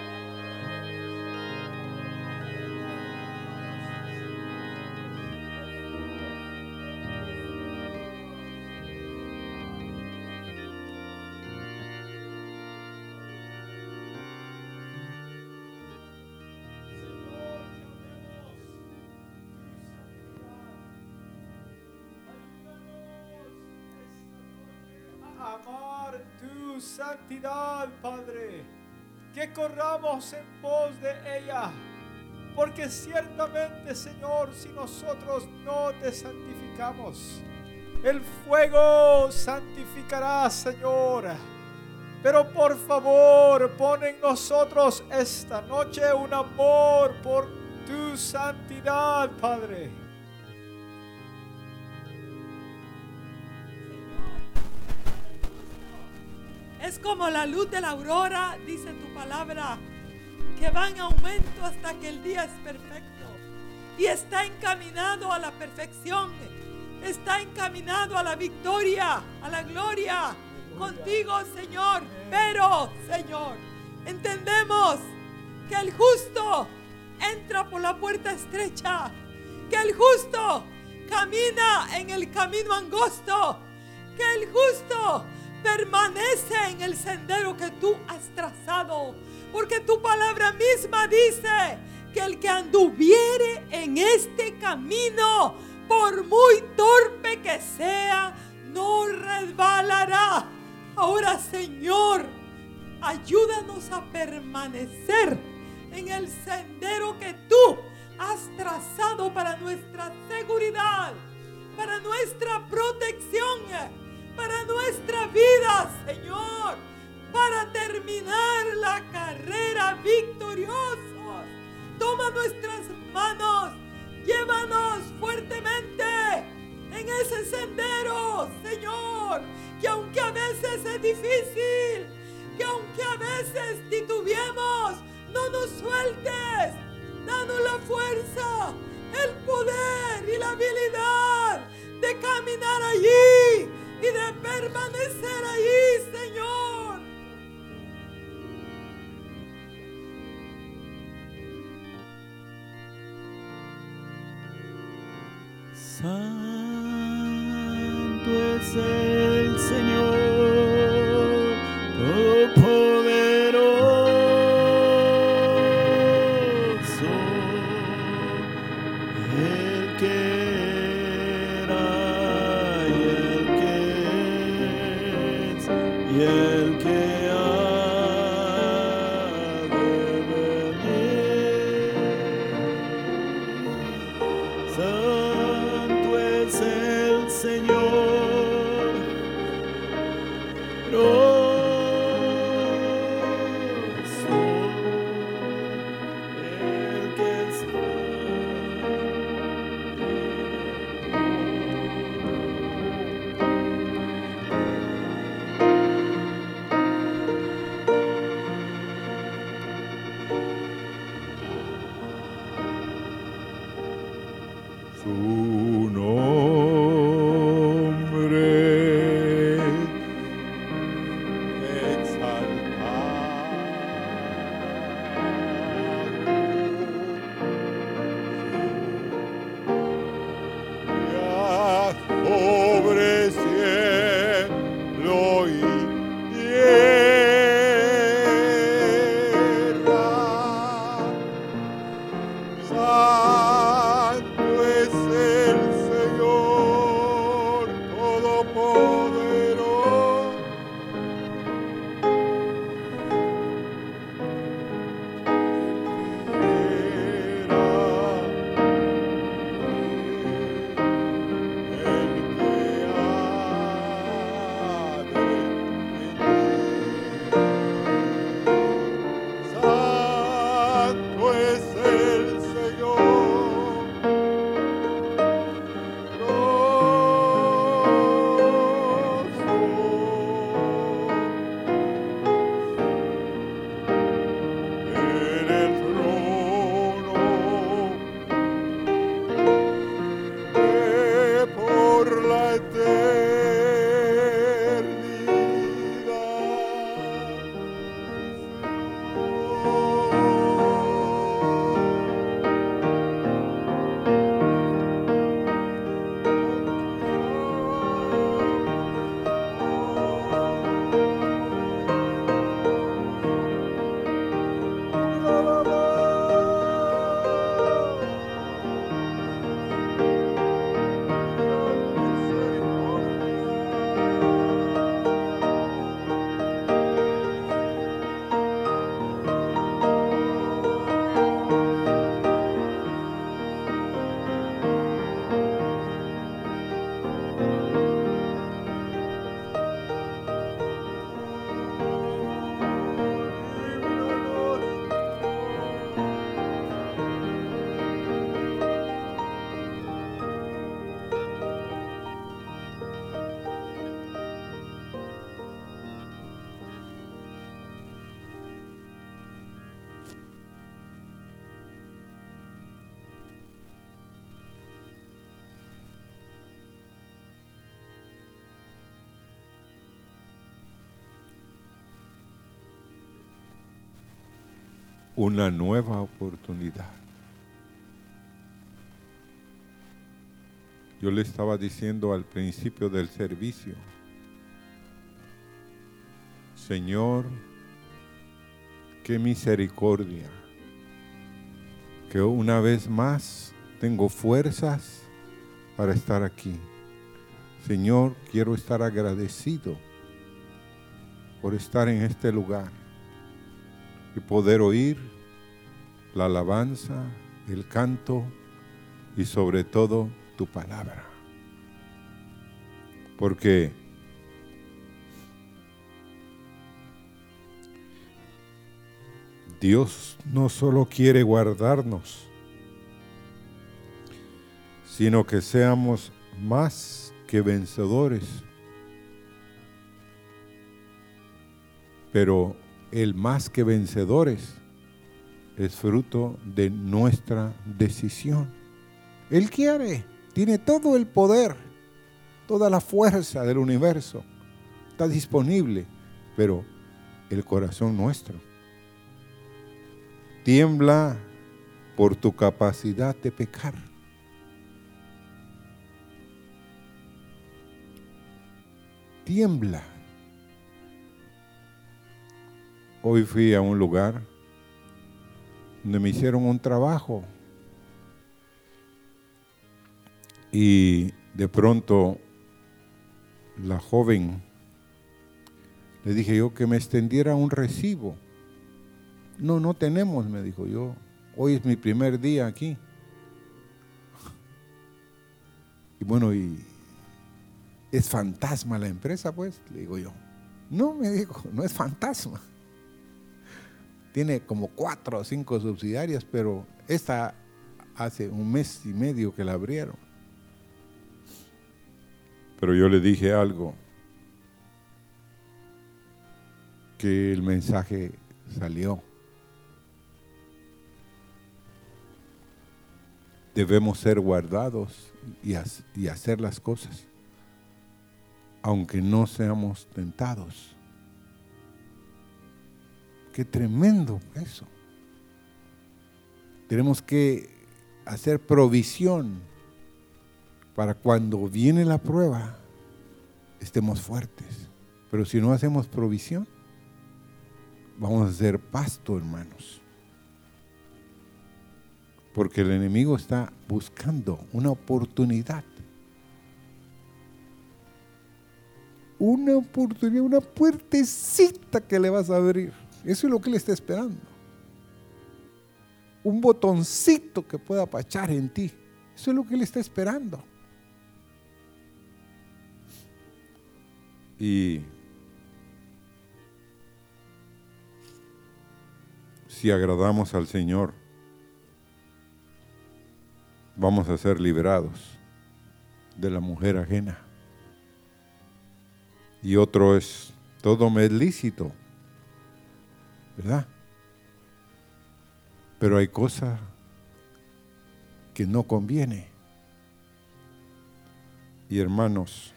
Amar tu santidad, Padre, que corramos en pos de ella, porque ciertamente, Señor, si nosotros no te santificamos, el fuego santificará, Señor. Pero por favor, pon en nosotros esta noche un amor por tu santidad, Padre. Es como la luz de la aurora, dice tu palabra, que va en aumento hasta que el día es perfecto. Y está encaminado a la perfección, está encaminado a la victoria, a la gloria, contigo, Señor. Pero, Señor, entendemos que el justo entra por la puerta estrecha, que el justo camina en el camino angosto, que el justo permanece en el sendero que tú has trazado, porque tu palabra misma dice que el que anduviere en este camino, por muy torpe que sea, no resbalará. Ahora, Señor, ayúdanos a permanecer en el sendero que tú has trazado para nuestra seguridad, para nuestra protección, para nuestra vida, Señor, para terminar la carrera victoriosos. Toma nuestras manos, llévanos fuertemente en ese sendero, Señor, que aunque a veces es difícil, que aunque a veces titubeemos, no nos sueltes. Danos la fuerza, el poder y la habilidad de caminar allí y de permanecer allí, Señor. Santo es el Señor Todopoderoso, el que era y el que es y el que ha de venir. Santo es el Señor, glorioso, el que está. Su nombre exaltado sobre cielo y tierra. Santo es el Señor Todopoderoso. Santo es el Señor, en el trono por la una nueva oportunidad. Yo le estaba diciendo al principio del servicio, Señor, qué misericordia, que una vez más tengo fuerzas para estar aquí. Señor, quiero estar agradecido por estar en este lugar y poder oír la alabanza, el canto y sobre todo tu palabra. Porque Dios no solo quiere guardarnos, sino que seamos más que vencedores. Pero el más que vencedores es fruto de nuestra decisión. Él quiere, tiene todo el poder toda la fuerza del universo está disponible, pero el corazón nuestro tiembla por tu capacidad de pecar. Tiembla. Hoy fui a un lugar donde me hicieron un trabajo y de pronto la joven, le dije yo que me extendiera un recibo. No tenemos, me dijo yo. Hoy es mi primer día aquí. Y bueno, ¿y es fantasma la empresa, pues? Le digo yo. No, me dijo, no es fantasma. Tiene como 4 o 5 subsidiarias, pero esta hace 1 mes y medio que la abrieron. Pero yo le dije algo, que el mensaje salió. Debemos ser guardados y hacer las cosas, aunque no seamos tentados. Qué tremendo eso. Tenemos que hacer provisión para cuando viene la prueba estemos fuertes. Pero si no hacemos provisión, vamos a ser pasto, hermanos. Porque el enemigo está buscando una oportunidad. Una oportunidad, una puertecita que le vas a abrir. Eso es lo que él está esperando. Un botoncito que pueda apachar en ti. Eso es lo que él está esperando. Y si agradamos al Señor, vamos a ser liberados de la mujer ajena. Y otro es, todo me es lícito, ¿verdad? Pero hay cosas que no conviene. Y hermanos,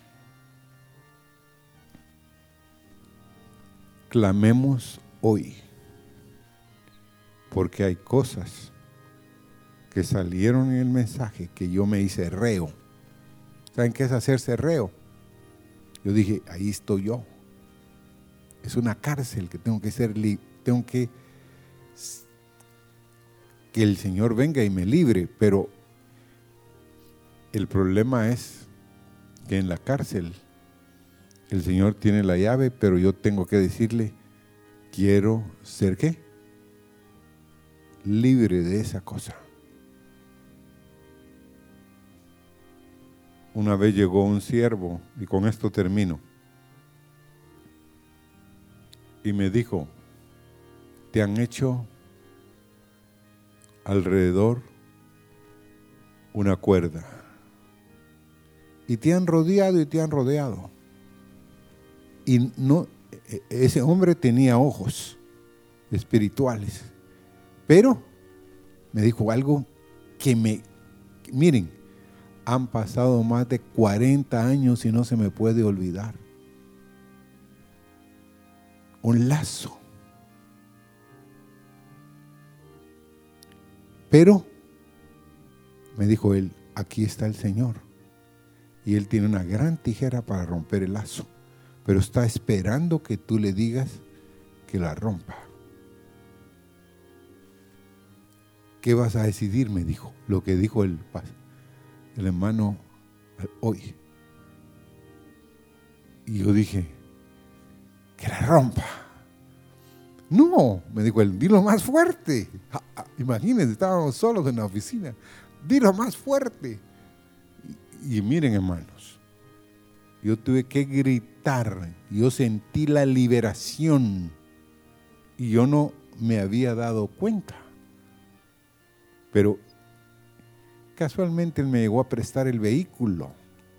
clamemos hoy, porque hay cosas que salieron en el mensaje que yo me hice reo. ¿Saben qué es hacerse reo? Yo dije, ahí estoy yo. Es una cárcel que tengo que ser, tengo que el Señor venga y me libre, pero el problema es que en la cárcel el Señor tiene la llave, pero yo tengo que decirle, quiero ser ¿qué? Libre de esa cosa. Una vez llegó un siervo, y con esto termino, y me dijo, te han hecho alrededor una cuerda, y te han rodeado y te han rodeado. Y no, ese hombre tenía ojos espirituales, pero me dijo algo que miren, han pasado más de 40 años y no se me puede olvidar. Un lazo. Pero, me dijo él, aquí está el Señor. Y Él tiene una gran tijera para romper el lazo. Pero está esperando que tú le digas que la rompa. ¿Qué vas a decidir? Me dijo. Lo que dijo el hermano hoy. Y yo dije, que la rompa. No, me dijo él, dilo más fuerte. Imagínense, estábamos solos en la oficina. Dilo más fuerte. Y miren, hermanos, yo tuve que gritar. Yo sentí la liberación. Y yo no me había dado cuenta. Pero casualmente él me llegó a prestar el vehículo.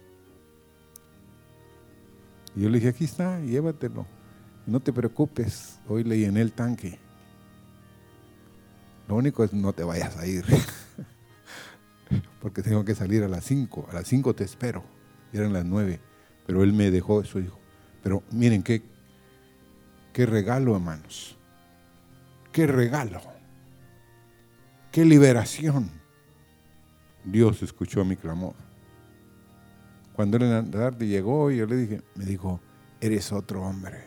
Y yo le dije, aquí está, llévatelo. No te preocupes, hoy le llené el tanque. Lo único es no te vayas a ir. Porque tengo que salir a las 5. A las 5 te espero. eran las 9, pero él me dejó eso, dijo. Pero miren qué regalo, hermanos, qué regalo, qué liberación. Dios escuchó mi clamor. Cuando él en la tarde llegó y yo le dije, me dijo, eres otro hombre.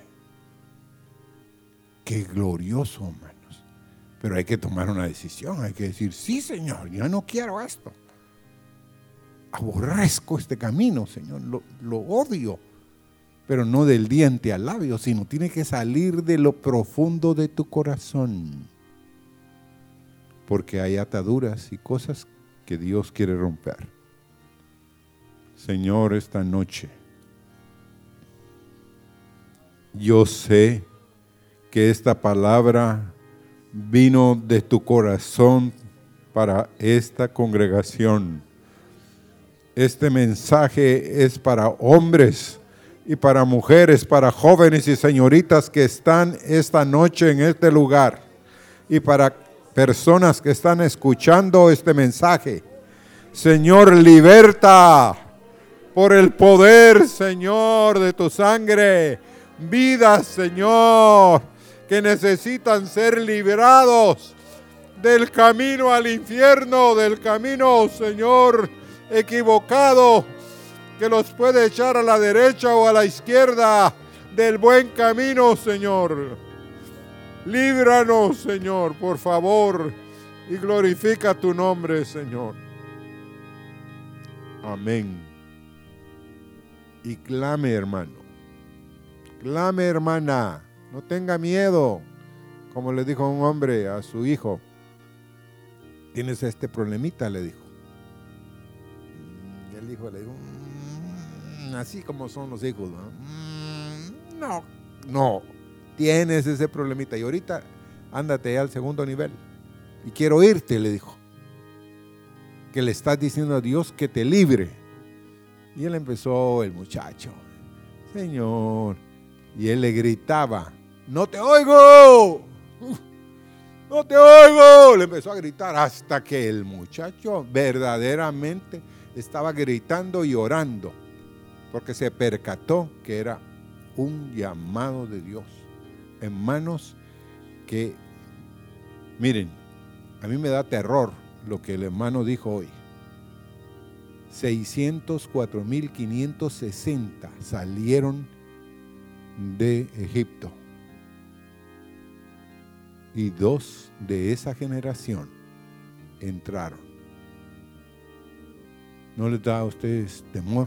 Qué glorioso, hermanos. Pero hay que tomar una decisión, hay que decir, sí, Señor, yo no quiero esto. Aborrezco este camino, Señor, lo odio. Pero no del diente al labio, sino tiene que salir de lo profundo de tu corazón. Porque hay ataduras y cosas que Dios quiere romper. Señor, esta noche, yo sé que esta palabra vino de tu corazón para esta congregación. Este mensaje es para hombres y para mujeres, para jóvenes y señoritas que están esta noche en este lugar, y para personas que están escuchando este mensaje. Señor, liberta por el poder, Señor, de tu sangre, vidas, Señor, que necesitan ser librados del camino al infierno, del camino, Señor, equivocado, que los puede echar a la derecha o a la izquierda del buen camino, Señor. Líbranos, Señor, por favor, y glorifica tu nombre, Señor. Amén. Y clame, hermano. Clame, hermana. No tenga miedo. Como le dijo un hombre a su hijo. ¿Tienes este problemita?, le dijo. Y el hijo le dijo, así como son los hijos, ¿no? No. Tienes ese problemita. Y ahorita ándate al segundo nivel. Y quiero irte, le dijo. Que le estás diciendo a Dios que te libre. Y él empezó, el muchacho, Señor, y él le gritaba, no te oigo, no te oigo. Le empezó a gritar hasta que el muchacho verdaderamente estaba gritando y orando, porque se percató que era un llamado de Dios. Hermanos, que miren, a mí me da terror lo que el hermano dijo hoy. 604.560 salieron de Egipto, y 2 de esa generación entraron. ¿No les da a ustedes temor?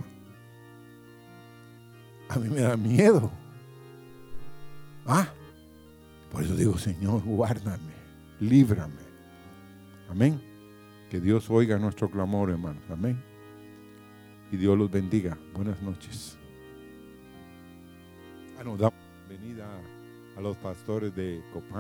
A mí me da miedo. Por eso digo, Señor, guárdame, líbrame. Amén. Que Dios oiga nuestro clamor, hermanos. Amén. Y Dios los bendiga. Buenas noches. Damos bienvenida a los pastores de Copán.